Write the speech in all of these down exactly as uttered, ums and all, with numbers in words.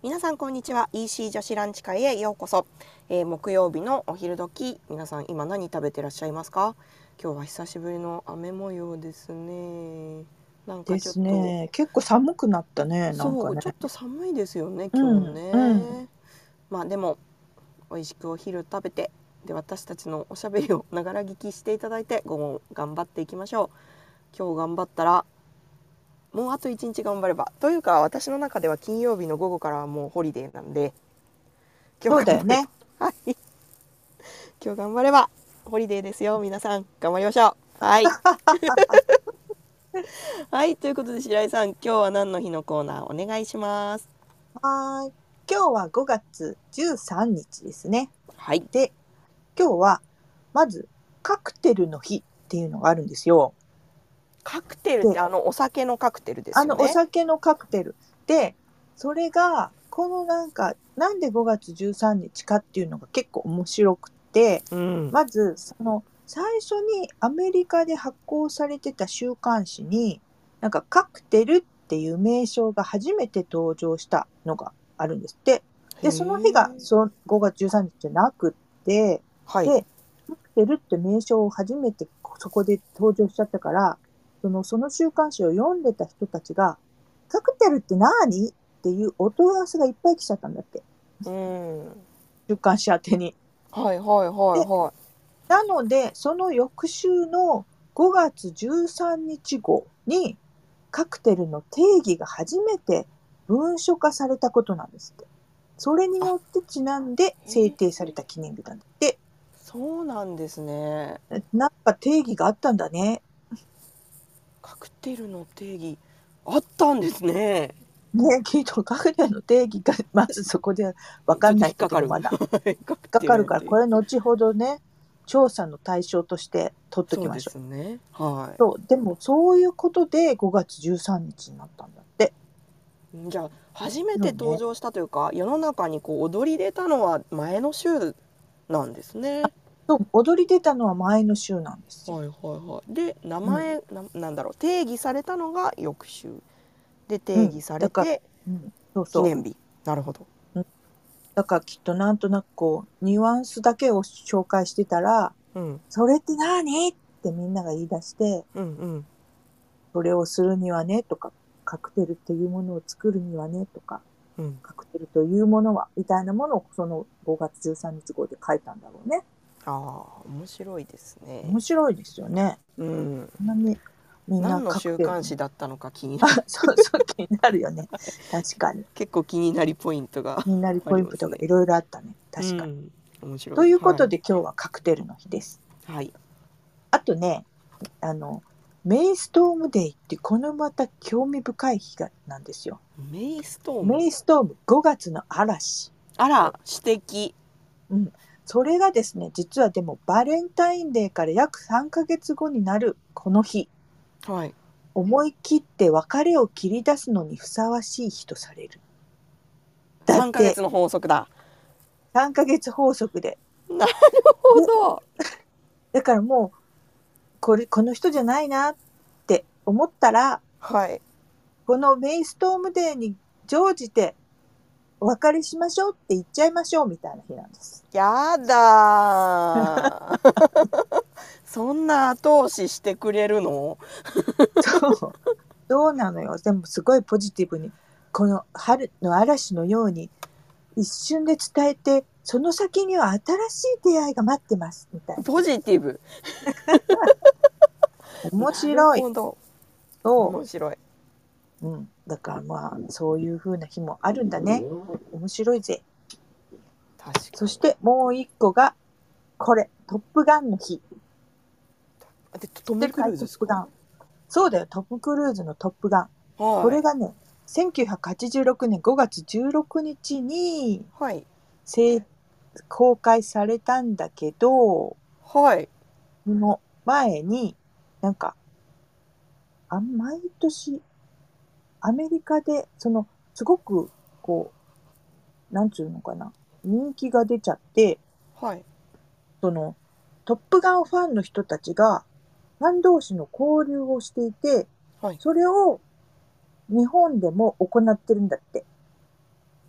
皆さんこんにちは。 イーシー 女子ランチ会へようこそ、えー木曜日のお昼時、皆さん今何食べてらっしゃいますか？今日は久しぶりの雨模様ですね。なんかですちょっと、 ね。結構寒くなったね、なんかね。 そうちょっと寒いですよねう今日ん、うん。 ね。まあでも美味しくお昼食べて、で私たちのおしゃべりをながら聞きしていただいて、午後頑張っていきましょう。今日頑張ったらもうあと一日頑張ればというか、私の中では金曜日の午後からはもうホリデーなんで、今そう日頑張れば、 だよね。 はい今日頑張ればホリデーですよ。皆さん頑張りましょう。はいはいということで、白井さん、今日は何の日のコーナーお願いします。 はーい。今日はごがつじゅうさんにちですね。 はい。 で、今日は、まず、カクテルの日っていうのがあるんですよ。 カクテルってで、 あのお酒のカクテルですあの、およね。 酒のカクテル。で、それが、このなんか、なんでごがつじゅうさんにちかっていうのが結構面白くて、 うん。 まず、その、最初にアメリカで発行されてた週刊誌に、なんかカクテルっていう名称が初めて登場したのがあるんですって。 へで、その日がえ。 そのごがつじゅうさんにちじゃなくって、 はい。 で、カクテルって名称を初めてそこで登場しちゃったから、その、その週刊誌を読んでた人たちが、カクテルって何っていうお問い合わせがいっぱい来ちゃったんだって。 うん。 週刊誌宛てに。 はいはいはいで、 はなので、その翌週のごがつじゅうさんにち号に、カクテルの定義が初めて文書化されたことなんですって。それにい。あ、 よってちなんでへえ、 制定された記念日なんだって。 そうなんですね。 なんか定義があったんだね。 カクテルの定義あったんですね。 ね、きっとカクテルの定義が、まずそこでわちょっかんないけど、 と引っかかる。 まだ。 はい、カクかかるから、 テルの定義。 これ後ほどね、調査の対象として取っとそうできましょう。 すね。はそう、でもそういうことでごがつじゅうさんにちになったんだって。 い。じゃあ初めてのね。 登場したというか、世の中にこう踊り出たのは前の週なんですね。 そう、踊り出たのは前の週なんですよ。 はいはいはい。で、名うん、 前な、なんだろう、定義されたのが翌週でうん。 定義さだから、 れてうん、そうそ記念日。なるほど。 う。うん、だからきっとなんとなくこう、ニュアンスだけを紹介してたら、 うんそれって何ってみんなが言い出して、 うんうんそれをするにはねとか、カクテルっていうものを作るにはねとか、 うん。 カクテルというものは、みたいなものをそのごがつじゅうさんにち号で書いたんだろうね。 ああ、面白いですね。 面白いですよね。 うん。 こんなにみんな何のカクテルに。 週刊誌だったのか気になあ、 る。 そうそう、気になるよね。確かに。 結構気になりポイントが気になるあポイントりますね。 がいろいろあったね。確かに。 うん。面白い。 というこはい。 とで今日はカクテルの日です。 はい。 あとね、あの、メイストームデイってこのまた興味深い日がなんですよ。 メイストーム。 メイストーム、ごがつの嵐。 あら、指摘。 うん。それがですね、実はでもバレンタインデーから約さんかげつごになるこの日、 はい。 思い切って別れを切り出すのにふさわしい日とされる。だっ 3ヶて、 月の法則だ。 さんかげつ法則で。 なるほで、 ど。 だからもう、これ、この人じゃないなって思ったら、 はい。 このメイストームデーに乗じてお別れしましょうって言っちゃいましょうみたいな日なんです。 やだー。そんな後押ししてくれるの？ そう。そうなのよ。でもすごいポジティブに、この春の嵐のように一瞬で伝えて、その先には新しい出会いが待ってますみたいな。 ポジティブ。 面なる白い。 ほど。 そ面白い。 う。うん。だからまあ、そういう風な日もあるんだね。面白いぜ。 確かに。 そしてもう一個が、これ、トップガンの日。 で、トム・知ってるかいクルーズですか？ トップガン。そうだよ、トム・クルーズのトップガン。こはい。 れがね、せんきゅうひゃくはちじゅうろくねんごがつじゅうろくにちにはい。 せ公開されたんだけど、 はい。 その前に、なんか、あ毎年、アメリカで、その、すごく、こう、なんつうのかな、人気が出ちゃって、 はい。 その、トップガンファンの人たちが、ファン同士の交流をしていて、 はい。 それを日本でも行ってるんだって。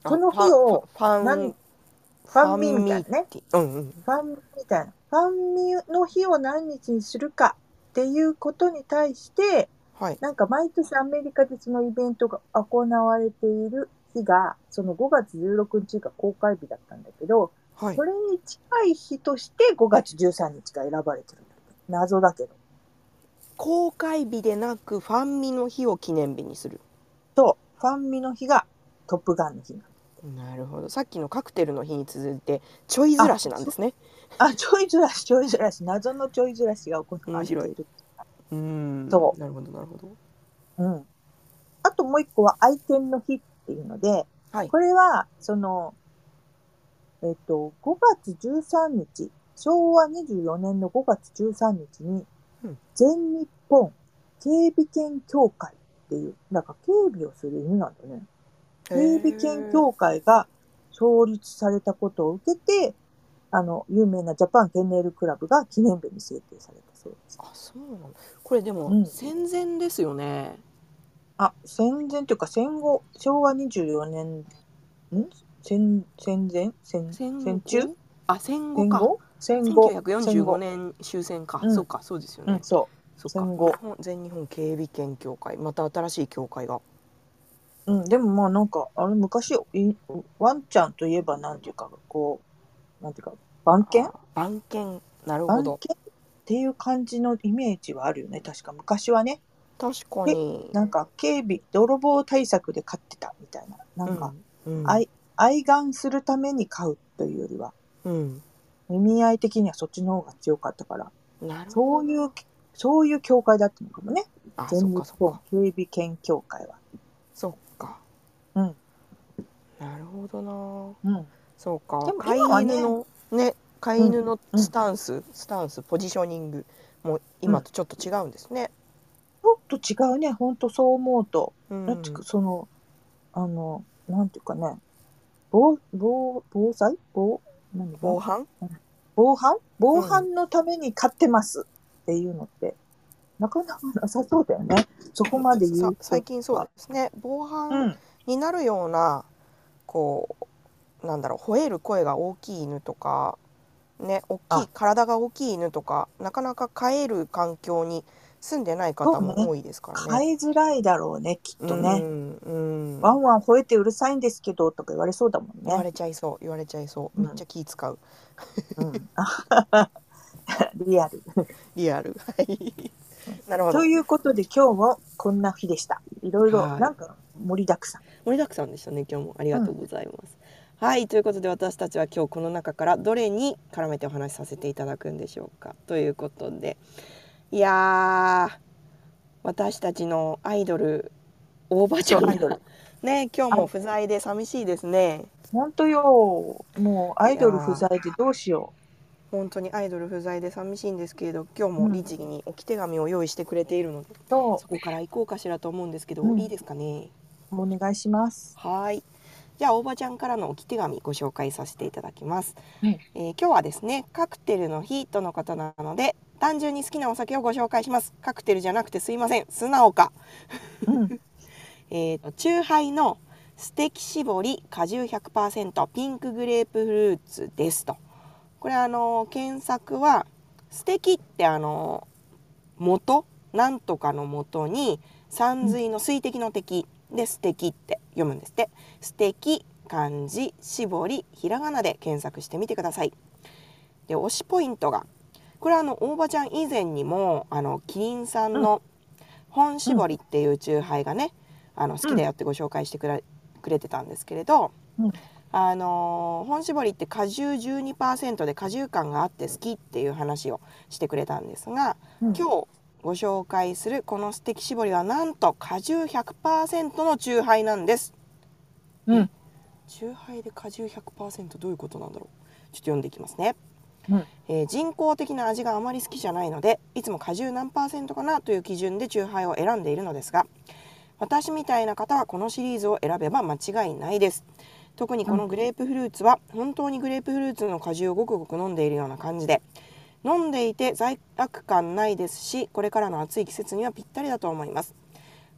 そのあファン日をファ何、 ンファンミファンミみたいなね。 ティうんうんファンミみたいな。ファンミの日を何日にするかっていうことに対して、 はいなんか毎年アメリカでそのイベントが行われている日が、そのごがつじゅうろくにちが公開日だったんだけど、 はい。 それに近い日としてごがつじゅうさんにちが選ばれてるんだって。謎だけど。 公開日でなくファンミの日を記念日にする。 と、ファンミの日がトップガンの日なんだ。 なるほど。さっきのカクテルの日に続いてちょいずあ、 らしなんですね。 あ、ちょいずらし、ちょいずらし、謎のちょいずらしが行わ面白い。 れている。 うーん。 そなるほどなるほど。 う。うん。あともう一個は愛犬の日っていうので、 はい。 これは、その、えっと、ごがつじゅうさんにち、しょうわにじゅうよねんのごがつじゅうさんにちに、 うん全日本警備犬協会っていう、なんか警備をする犬なんだね。 へ警備犬え。 協会が創立されたことを受けて、あの、有名なジャパンケンネールクラブが記念日に制定されたそうです。 あ、そうなの。これでもうん。 戦前ですよね。 あ、戦前というか戦後、しょうわにじゅうよねん、ん戦、戦前戦、 戦戦中後あ、戦後か。 戦後戦後 1945 戦後。 年終戦か。 うん、 そうか、そうですようん、 ね。 そう。 そっか。 戦後。 日本全日本警備犬協会、また新しい協会が。 うん、でもまあなんか、あれ昔、いワンちゃんといえばなんていうか、こう、なんていうか、番犬あ、番犬。なるほど。 番犬っていう感じのイメージはあるよね。確か昔はね。 確かで、 に。 なんか警備、泥棒対策で飼ってたみたいな。なんか、 うんうん愛、愛玩するために飼うというよりは、 うん。 意味合い的にはそっちの方が強かったから、 なるほどな。 そういう、そういう協会だったのかもね。 あ、そっ全日本かそっか。 警備犬協会は。 そっか。 うん、 なるほどな。 うん。 そうか。 でも飼い今はね、 犬のね、飼いうん、 犬のうん、 スタンス、スタンス、ポジショニングもうん。 今とちょっと違うんですね。 ちょっと違うね。ほんとそう思うと。 うだってか、 ん。 その、あの、なんていうかね、防、防、防災防、何が防犯。 防犯防うん。 犯のために飼ってますっていうのって、なかなかなさそうだよね。そこまで言さう人最近そうは。 ですね。防犯うん。 になるようなこうなんだろう、吠える声が大きい犬とかね、大きいあ、 体が大きい犬とかなかなか飼える環境に住んでない方そうね。 も多いですからね。 飼いづらいだろうね、きっうとね。 んうんワンワン吠えてうるさいんですけど、とか言われそうだもんね。 言われちゃいそう言われちゃいそう、めっちゃうん。 気使う。 うん。リアル。 リアル。はいなるほど。 ということで今日もこんな日でした。いろいろはい、 なんか盛りだくさん。 盛りだくさんでしたね。今日もありがうん。 とうございます。はい、ということで私たちは今日この中からどれに絡めてお話しさせていただくんでしょうかということで、いやー、私たちのアイドル大場ちそう、 ゃんがアイドル。 ね、今日あ、 も不在で寂しいですね。 ほんとよ。もうアいイドル不やー、 在でどうしよ本当にアイドル不在で寂しいんですけれど、今日う。 もうん。 律儀に置き手紙を用意してくれているので、 そそこから行こうかしらと思うんですけう。 ど、 うん。 いいですかね。 お願いします。 はい。じゃあ大場ちゃんからの置き手紙ご紹介させていただきます。 うん。 えー今日はですね、カクテルの日とのことなので、単純に好きなお酒をご紹介します。カクテルじゃなくてすいません、素直か。 うん。 えーと、チューハイのステキ搾り果汁 ひゃくパーセント ピンクグレープフルーツですと。これあの検索はステキってあの元なんとかの元に山水の水滴の滴で素敵って読むんですって。素敵漢字絞りひらがなで検索してみてください。で推しポイントが、これはあの大場ちゃん以前にもあのキリンさんうん。 の本うん。 搾りっていうチューハイがね、あの好きうん。 だよってご紹介してくれくれてたんですけれど、 うん。 あの本搾りって果汁 じゅうにパーセント で果汁感があって好きっていう話をしてくれたんですが、 うん。 今日ご紹介するこのステキ搾りはなんと果汁 ひゃくパーセント のチューハイなんです。え、 うん。 チューハイで果汁 ひゃくパーセント どういうことなんだろう。ちょっと読んでいきますね。 うん。 えー人工的な味があまり好きじゃないので、いつも果汁何パーセントかなという基準でチューハイを選んでいるのですが、私みたいな方はこのシリーズを選べば間違いないです。特にこのグレープフルーツは本当にグレープフルーツの果汁をごくごく飲んでいるような感じで、飲んでいて罪悪感ないですし、これからの暑い季節にはぴったりだと思います。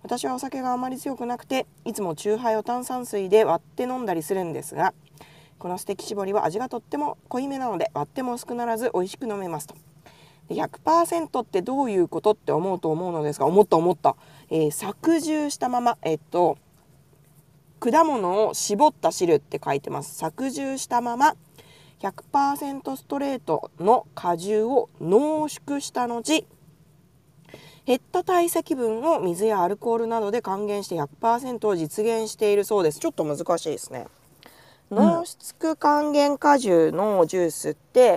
私はお酒があまり強くなくて、いつもチューハイを炭酸水で割って飲んだりするんですが、このステーキ搾りは味がとっても濃いめなので割っても薄くならず美味しく飲めますと。で ひゃくパーセント ってどういうことって思うと思うのですが、思った思った、えー、搾汁したまま、えっと果物を絞った汁って書いてます。搾汁したまま ひゃくパーセント ストレートの果汁を濃縮した後、減った体積分を水やアルコールなどで還元して ひゃくパーセント を実現しているそうです。ちょっと難しいですね。濃縮還元果汁のジュースって、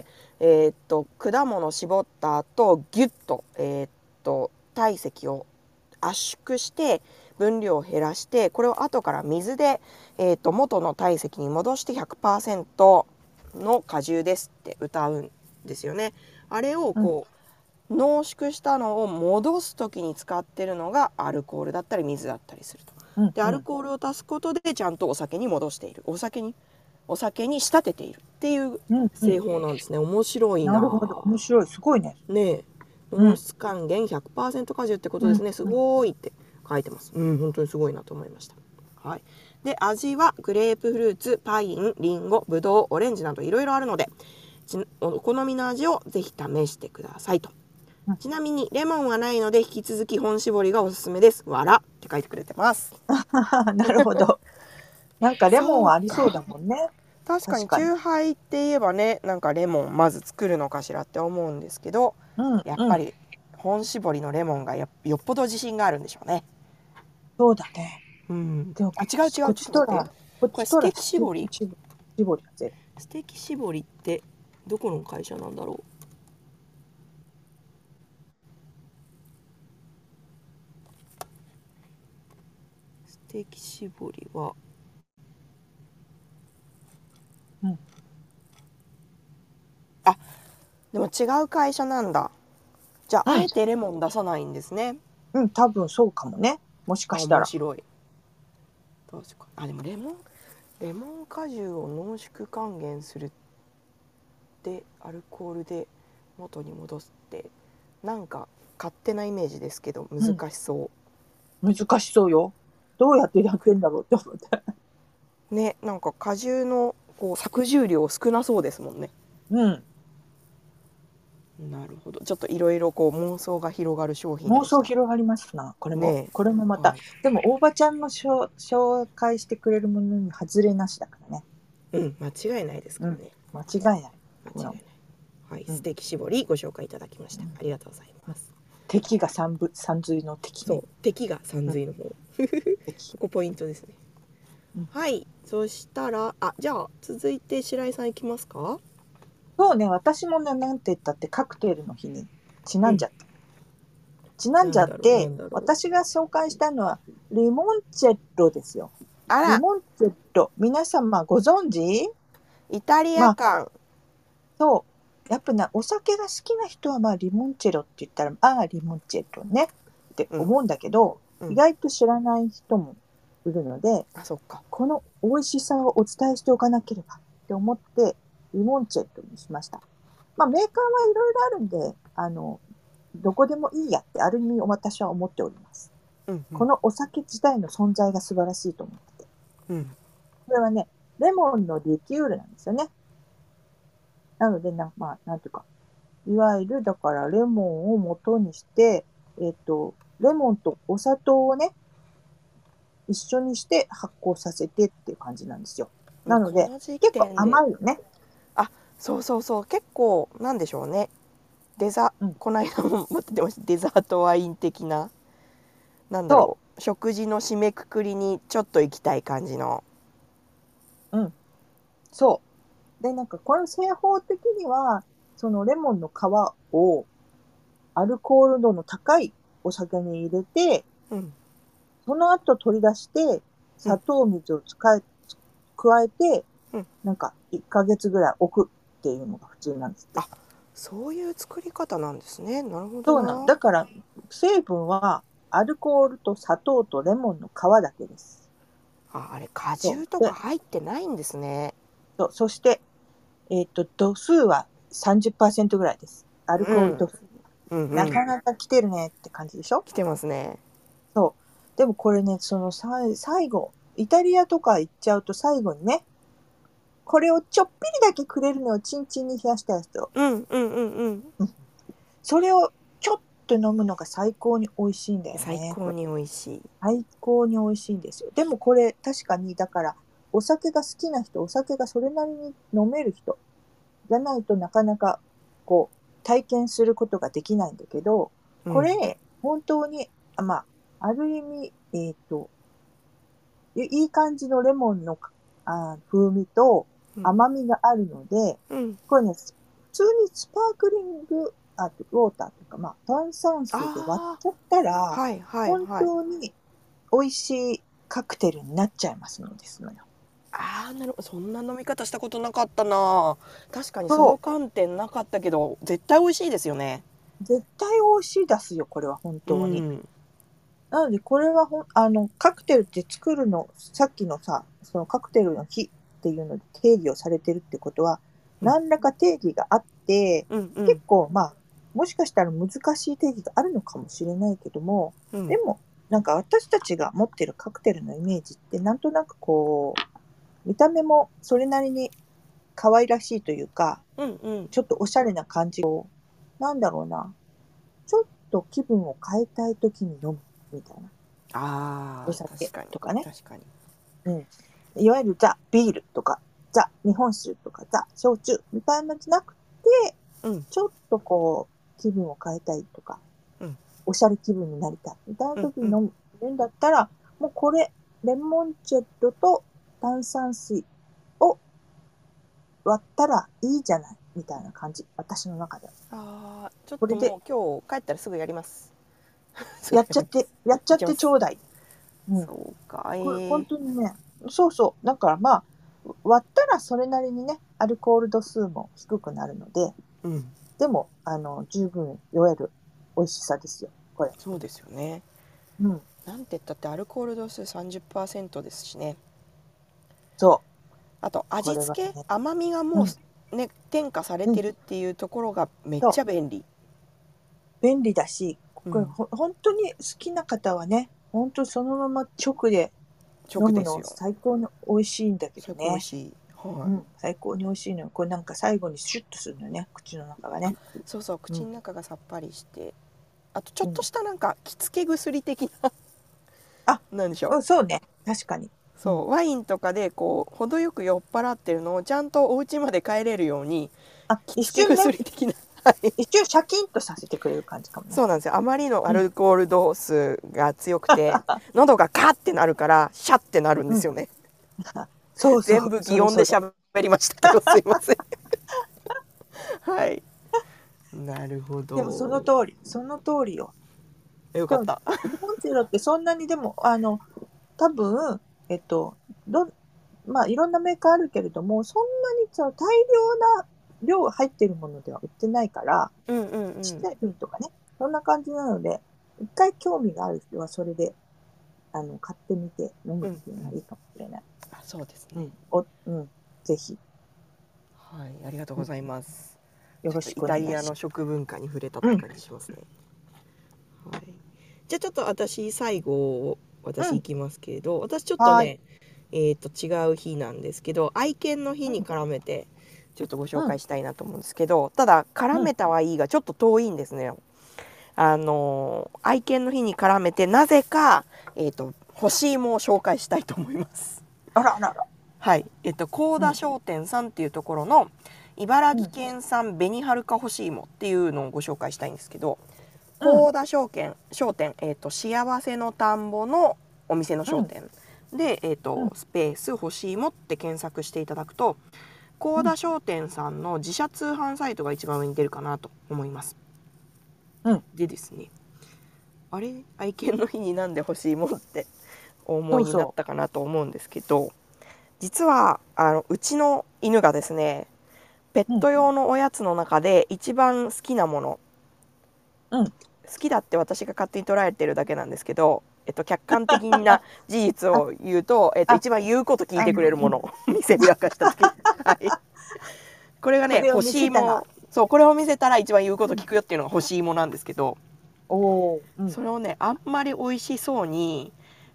えー、っと果物絞った後ギュッと、えー、っと体積を圧縮して分量を減らして、これを後から水で、えー、っと元の体積に戻して ひゃくパーセント の果汁ですって歌うんですよね。あれをこう、うん、濃縮したのを戻す時に使ってるのがアルコールだったり水だったりすると。でアルコールを足すことでちゃんとお酒に戻している、お酒にお酒に仕立てているっていう製法なんですね。面白いな。 なるほど、面白い、すごいね。 ねえ、濃縮還元 ひゃくパーセント 果汁ってことですね。すごいって書いてます。うん、本当にすごいなと思いました。はい。で、味はグレープフルーツ、パイン、リンゴ、ブドウ、オレンジなどいろいろあるので、お好みの味をぜひ試してくださいと。ちなみにレモンはないので引き続き本搾りがおすすめです。わらって書いてくれてます。 なるほど。なんかレモンはありそうだもんね。 確かにチューハイって言えばね、なんかレモンまず作るのかしらって思うんですけど、うん、やっぱり本搾りのレモンがやよっぽど自信があるんでしょうね。 そうだね。 うん。でもあ違う違うちょっと待って。これステーキ搾り。 搾りだぜ。 ステーキ搾りってどこの会社なんだろう。ステーキ搾りは、うん、あ、でも違う会社なんだ。じゃあ、うん、あえてレモン出さないんですね。 うん、多分そうかもね。もしかしたら。 面白い。確かに。あ、でもレモンレモン果汁を濃縮還元するってアルコールで元に戻すってなんか勝手なイメージですけど難しそう、 うん、難しそうよ。どうやってやってんだろうって思ってね。なんか果汁のこう搾汁量少なそうですもんね。 うんなるほど。ちょっといろいろこう妄想が広がる商品でした。妄想広がりますな。これも、ね、これもまた、はい、でも大場ちゃんの紹介してくれるものに外れなしだからね。 うん、間違いないですからね。 うん、間違いない。 間違いない。はい、うん、ステーキ絞りご紹介いただきました。うん、ありがとうございます。 敵が三部三髄の敵、 ね。そう、敵が三髄の方。うん、ここポイントですね。うん、はい、そしたら、あ、じゃあ続いて白井さんいきますか。 そうね、私もね、なんて言ったってカクテルの日にちなんじゃった。うん、ちなんじゃって、私が紹介したのはリモンチェッロですよ。あら、リモンチェッロ、皆様ご存知？ イタリア感、まあ、 そう、やっぱね、お酒が好きな人はまあリモンチェロって言ったら、ああリモンチェロねって思うんだけど、うん、意外と知らない人もいるので、 あ、そっか、 この美味しさをお伝えしておかなければって思ってリモンチェロにしました。まあメーカーはいろいろあるんで、あのどこでもいいやってある意味私は思っております。うんうん、このお酒自体の存在が素晴らしいと思ってて、うん、これはねレモンのリキュールなんですよね。なのでな、まあ、なんていうか、いわゆるだからレモンを元にして、えっと、レモンとお砂糖をね一緒にして発酵させてっていう感じなんですよ。なので結構甘いよね。 あ、そうそうそう、結構なんでしょうね。デザ、うん、この間も持ってました。デザートワイン的な、なんだろう、食事の締めくくりにちょっと行きたい感じの。 うん、そうで、なんかこの製法的にはそのレモンの皮をアルコール度の高いお酒に入れて、うん、その後取り出して砂糖水を使い、うん、加えて、うん、なんかいっかげつぐらい置くっていうのが普通なんですって。 あ、そういう作り方なんですね。なるほどな。 そうなんだから成分はアルコールと砂糖とレモンの皮だけです。 あ、あれ果汁とか入ってないんですね。 そう、そして、えー、と度数は さんじゅっパーセント ぐらいです。アルコール度数、うんうんうん、なかなか来てるねって感じでしょ。 来てますね。 そうでもこれね、そのさい最後、イタリアとか行っちゃうと最後にね、これをちょっぴりだけくれるのをチンチンに冷やしたやつと、 うんうんうんうん。 それをちょっと飲むのが最高に美味しいんだよね。 最高に美味しい。 最高に美味しいんですよ。でもこれ確かに、だからお酒が好きな人、お酒がそれなりに飲める人じゃないとなかなかこう体験することができないんだけど、これ、 うん本当に、あまあ、ある意味、えっと、いいい感じのレモンのあ風味と甘みがあるので、 うん。 これね、普通にスパークリングあウォーターというか、まあ、炭酸水で割っあちゃったあ、 ら、 はいはい本はい。 当に美味しいカクテルになっちゃいますのですのよ。 ああ、なるほど。そんな飲み方したことなかったな。確かにそのそ観点なかったけど、絶対美味しいですよね。 う。絶対美味しいですよ、これは本う当に。 ん。 なので、これはほん、あの、カクテルって作るの、さっきのさ、そのカクテルの日っていうので定義をされてるってことは、 うん何らか定義があって、 うんうん。 結構、まあ、もしかしたら難しい定義があるのかもしれないけども、 うん。 でも、なんか私たちが持ってるカクテルのイメージって、なんとなくこう、見た目もそれなりに可愛らしいというか、 うんうん。 ちょっとおしゃれな感じを、なんだろうな、ちょっと気分を変えたい時に飲むみたいな。おああ、確酒かにとかね。 確かに。 うん。いわゆるザ・ビールとか、ザ・日本酒とか、ザ・焼酎みたいなのじゃなくて、 うんちょっとこう、気分を変えたいとか、 うんおしゃれ気分になりたいみたいなうんうん。 時に飲むんだったら、もうこれ、レモンチェッロと炭酸水を割ったらいいじゃないみたいな感じ。私の中では。 ああ、ちょっこれで、 ともう今日帰ったらすぐやります。すぐやっちゃって、やっちゃっいきます。 てちょうだい。うん。 そうか、えこれ、本ー、 当にね、そうそう。だからまあ、割ったらそれなりにね、アルコール度数も低くなるので、 うん、 でも、あの、十分酔える美味しさですよ、これ。 そうですよね。 うん。 なんて言ったってアルコール度数さんじゅっパーセントですしね。 そう。 あとこ味付け、 れはね。 甘みがもうん。 うね、添加されうん。 てるっていうところがめっそう。 ちゃ便利。 便利だし、これ、 うん、 ほ、本当に好きな方はね、本当そのまま直で飲むの直ですよ。 最高に美味しいんだけど最高美味ね。 しい。はい。 うん。最高に美味しいのよ。これなんか最後にシュッとするのよね、口の中がね。 そうそう、 うん。 口の中がさっぱりして、あとちょっとうん。 したなんか着付け薬的な、 あ、 なんでしょう。 うん、そうね。確かに。うん。 そうワインとかでこう程よく酔っ払ってるのをちゃんとお家まで帰れるようにあ、 着付け一瞬ね、 薬的なはい一瞬シャキンとさせてくれる感じかもね。 そうなんですよ。あまりのアうん。 ルコール度数が強くて喉がカッてなるからシャッてなるんでうん。 すよね。 そうそう、 全部擬それそれ。 音で喋りましたけどすいません。はい、なるほでもそのど。 通り、その通りよ。でも、 よかった。 日本チェロってそんなにでも、あの、多分、えっと、ど、まあ、いろんなメーカーあるけれども、そんなにその大量な量が入ってるものでは売ってないから、 うんうんうん。 ちっちゃい瓶とかね、そんな感じなので、一回興味がある人はそれで、あの、買ってみて飲むうんっていうのがいいかもしれない。 あそうですね。 うん。お、うん。ぜひ、 はいありがとううん、 ございます。ちょっとよろしくおイタリア願いします。 の食文化に触れたっうん。 て感じしますね。はい、じゃあちょっと私最後うん。 私行きますけれど、私ちょっとはい。 ねえー、と違う日なんですけど愛犬の日にうん。 絡めてちょっとご紹うん。 介したいなと思うんですけど、ただ絡うん。 めたはいいがちょっと遠いんですね。あのー愛犬の日に絡めてなぜか、えー、と干し芋を紹介したいと思います。 あらあらあら。 はい、えっと幸うん。 田商店さんっていうところの茨城うん。 県産紅はるか干し芋っていうのをご紹介したいんですけど、 うん。 幸田商店、商店、えっと幸せの田んぼのお店のうん。 商店で、えっうん。 とスペース干し芋って検索していただくと幸田商店さんの自社通販サイトが一番上に出るかなと思います。 うん。 でですね、あれ愛犬の日になんで干し芋ってお思いになっそうそたかなと思うんですけど、実はあのうちの犬がですねペッう。うん。 ト用のおやつの中で一番好きなもの、 うん。 好きだって私が勝手に捉えてるだけなんですけど、えっと、客観的な事実あ、 を言うと、えっと、 あ、 一番言うこと聞いてくあの、うん。 れるものを見せびらかした時に、はい、これがね干これを見し芋、 せたら、 そうこれを見せたら一番言うこうん。 と聞くよっていうのが干し芋なんですけど、 おお、うん。 それをねあんまり美味しそうに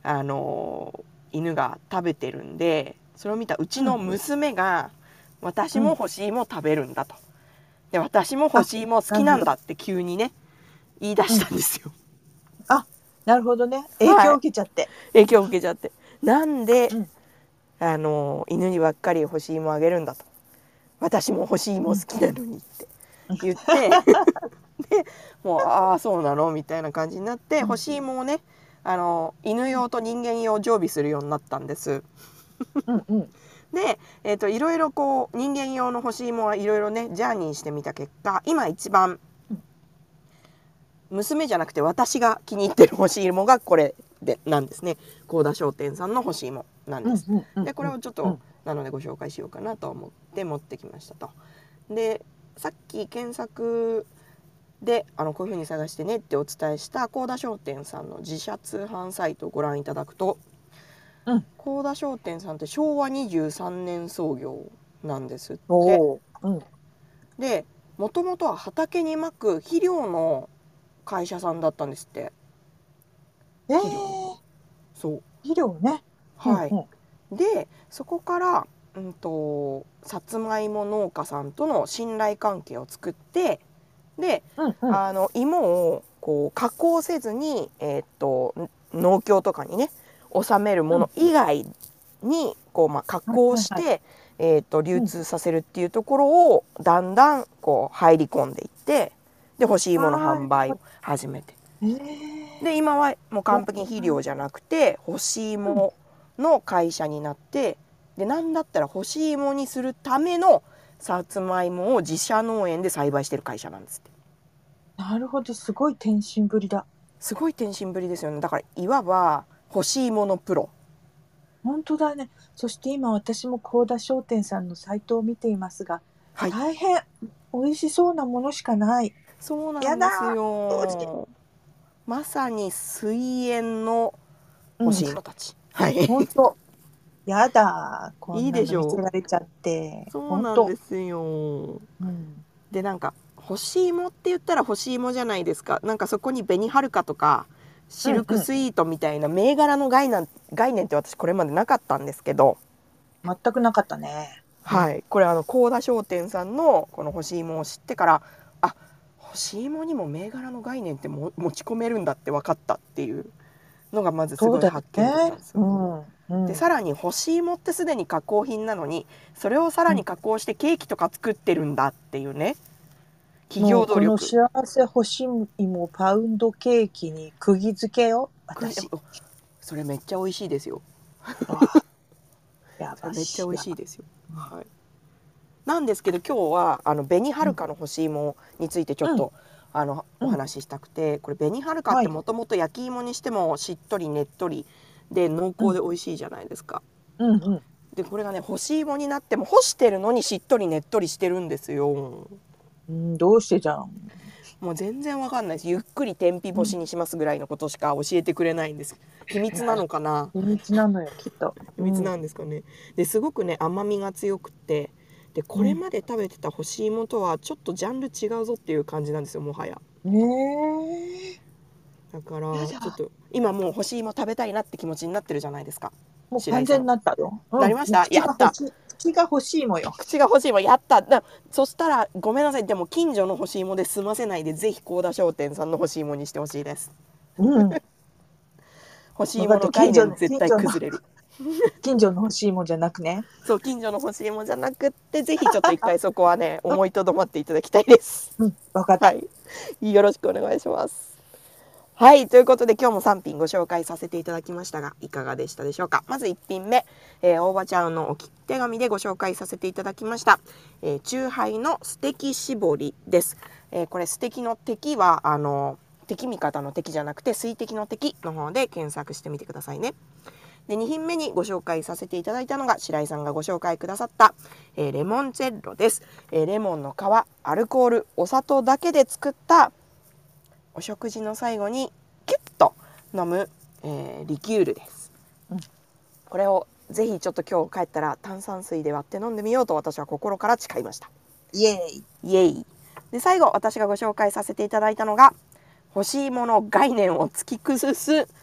あの犬が食べてるんで、それを見たうちの娘が、うん、私も干し芋食べるんだと。で私も干し芋好きなんだって急にね言い出したんですよ。 うん、あ、なるほどね。影響を受けちゃって。はい、 影響を受けちゃって。なんで、 うん、 あの犬にばっかり干し芋あげるんだと。私も干し芋好きなのにって言って、うん、でもうああそうなのみたいな感じになって、うん、干し芋をねあの犬用と人間用常備するようになったんです。 うんうん、 で、えーと、いろいろこう人間用の干し芋はいろいろねジャーニーしてみた結果、今一番娘じゃなくて私が気に入ってる干し芋がこれでなんですね。幸田商店さんの干し芋なんです。でこれをちょっとなのでご紹介しようかなと思って持ってきましたと。でさっき検索であのこういうふうに探してねってお伝えした幸田商店さんの自社通販サイトをご覧いただくと、うん、幸田商店さんってしょうわにじゅうさんねん創業なんですって。うん、でもともとは畑にまく肥料の会社さんだったんですって。 えー、 肥料そう肥料ね。 はい、うんうん、でそこから、うんと、さつまいも農家さんとの信頼関係を作って、で、うんうん、あの芋をこう加工せずに、えー、っと農協とかにね納めるもの以外にこう、まあ、加工して、はいはいはい、えー、っと流通させるっていうところをだんだんこう入り込んでいって、で干し芋の販売を始めて、えー、で今はもう完璧に肥料じゃなくて干し芋の会社になって、でなんだったら干し芋にするためのさつまいもを自社農園で栽培してる会社なんですって。 なるほど、すごい転身ぶりだ。 すごい転身ぶりですよね。だからいわば干し芋のプロ。 本当だね。そして今私も幸田商店さんのサイトを見ていますが、はい、大変美味しそうなものしかない。 そうなんですよ。まさに水煙の干し芋たち。 うん、はい。本当。やだ。こんなの見せられちゃって。 そうなんですよ。うん、でなんか干し芋って言ったら干し芋じゃないですか。なんかそこに紅はるかとかシルクスイートみたいな銘柄の概念、概念って私これまでなかったんですけど。 全くなかったね。 はい、これあの幸田商店さんのこの干し芋を知ってから、あ、干し芋にも銘柄の概念っても持ち込めるんだって分かったっていうのがまずすごい発見だったんですよ。うんうん、でさらに干し芋ってすでに加工品なのにそれをさらに加工してケーキとか作ってるんだっていうね、企業努力。 この幸せ干し芋パウンドケーキに釘付けよ私。 それめっちゃ美味しいですよ。 やばい、 めっちゃ美味しいですよ。はい。なんですけど今日はあの紅はるかの干し芋についてちょっと、うん、あのお話ししたくて、これ紅はるかってもともと焼き芋にしてもしっとりねっとりで濃厚で美味しいじゃないですか。うんうん、でこれがね干し芋になっても干してるのにしっとりねっとりしてるんですよ。 うん、どうしてじゃん。 もう全然わかんないです。ゆっくり天日干しにしますぐらいのことしか教えてくれないんです。秘密なのかな。 秘密なのよきっと。 秘密なんですかね。ですごくね甘みが強くて。でこれまで食べてた干し芋とはちょっとジャンル違うぞっていう感じなんですよ、もはや。 えー、 だからちょっと今もう干し芋食べたいなって気持ちになってるじゃないですか。 もう完全になったよ。 うん、なりました。やった。 口が欲しいもよ。 口が欲しいもやった。だそしたらごめんなさい、でも近所の干し芋で済ませないでぜひ幸田商店さんの干し芋にしてほしいです。うん。干し芋の概念絶対崩れる。 近所の干し芋じゃなくね。 そう、近所の干し芋じゃなくってぜひちょっと一回そこはね思いとどまっていただきたいです。 うん、分かった、 はい、よろしくお願いします。はい、ということで今日もさん品ご紹介させていただきましたがいかがでしたでしょうか。まずいち品目、えー、大場ちゃんの置き手紙でご紹介させていただきました、えー、チューハイの素敵絞りです。えー、これ素敵の敵はあの敵味方の敵じゃなくて水滴の敵の方で検索してみてくださいね。でに品目にご紹介させていただいたのが白井さんがご紹介くださった、えー、レモンチェッロです。えー、レモンの皮、アルコール、お砂糖だけで作ったお食事の最後にキュッと飲む、えー、リキュールです。うん、これをぜひちょっと今日帰ったら炭酸水で割って飲んでみようと私は心から誓いました。 イエーイイエーイ。で最後私がご紹介させていただいたのが干し芋の概念を突き崩す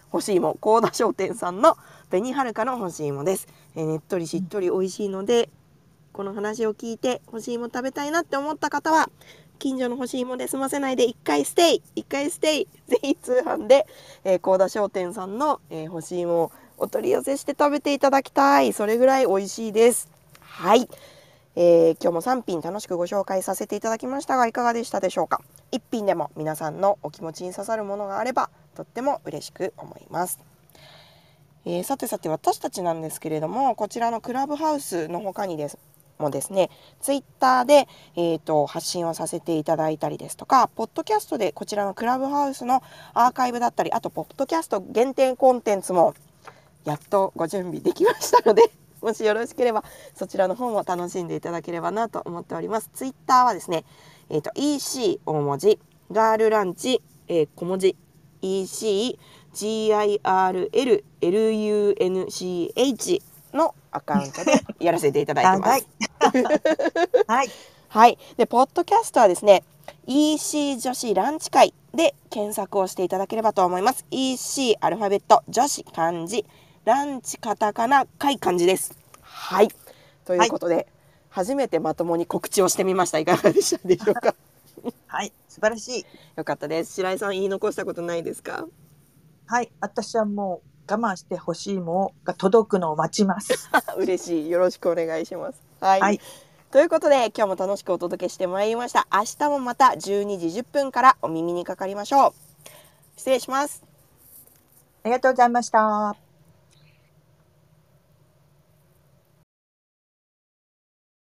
干し芋、幸田商店さんの紅はるかの干し芋です。えー、ねっとりしっとり美味しいので、この話を聞いて干し芋食べたいなって思った方は、近所の干し芋で済ませないで一回ステイ一回ステイぜひ通販で、えー、幸田商店さんの、えー、干し芋をお取り寄せして食べていただきたい。それぐらい美味しいです。はい、えー、今日もさん品楽しくご紹介させていただきましたが、いかがでしたでしょうか。いっ品でも皆さんのお気持ちに刺さるものがあればとっても嬉しく思います。えー、さてさて私たちなんですけれども、こちらのクラブハウスの他にですもですね、ツイッターで、えーと、発信をさせていただいたりですとか、ポッドキャストでこちらのクラブハウスのアーカイブだったり、あとポッドキャスト限定コンテンツもやっとご準備できましたのでもしよろしければそちらの方も楽しんでいただければなと思っております。ツイッターはですね、えーと、イーシー 大文字、ガールランチ、えー、小文字、イーシージーアイアールエルエルユーエヌシーエイチ のアカウントでやらせていただいてます。 はい。 はい。で、ポッドキャストはですね、イーシー 女子ランチ会で検索をしていただければと思います。イーシー アルファベット、女子漢字、ランチカタカナ、会漢字です。はい。ということで、はい、初めてまともに告知をしてみました。いかがでしたでしょうか。 はい、素晴らしい。 よかったです。白井さん、言い残したことないですか。 はい、私はもう我慢して欲しいものが届くのを待ちます。 嬉しい。よろしくお願いします。はい。はい、ということで今日も楽しくお届けしてまいりました。明日もまたじゅうにじじゅっぷんからお耳にかかりましょう。失礼します。 ありがとうございました。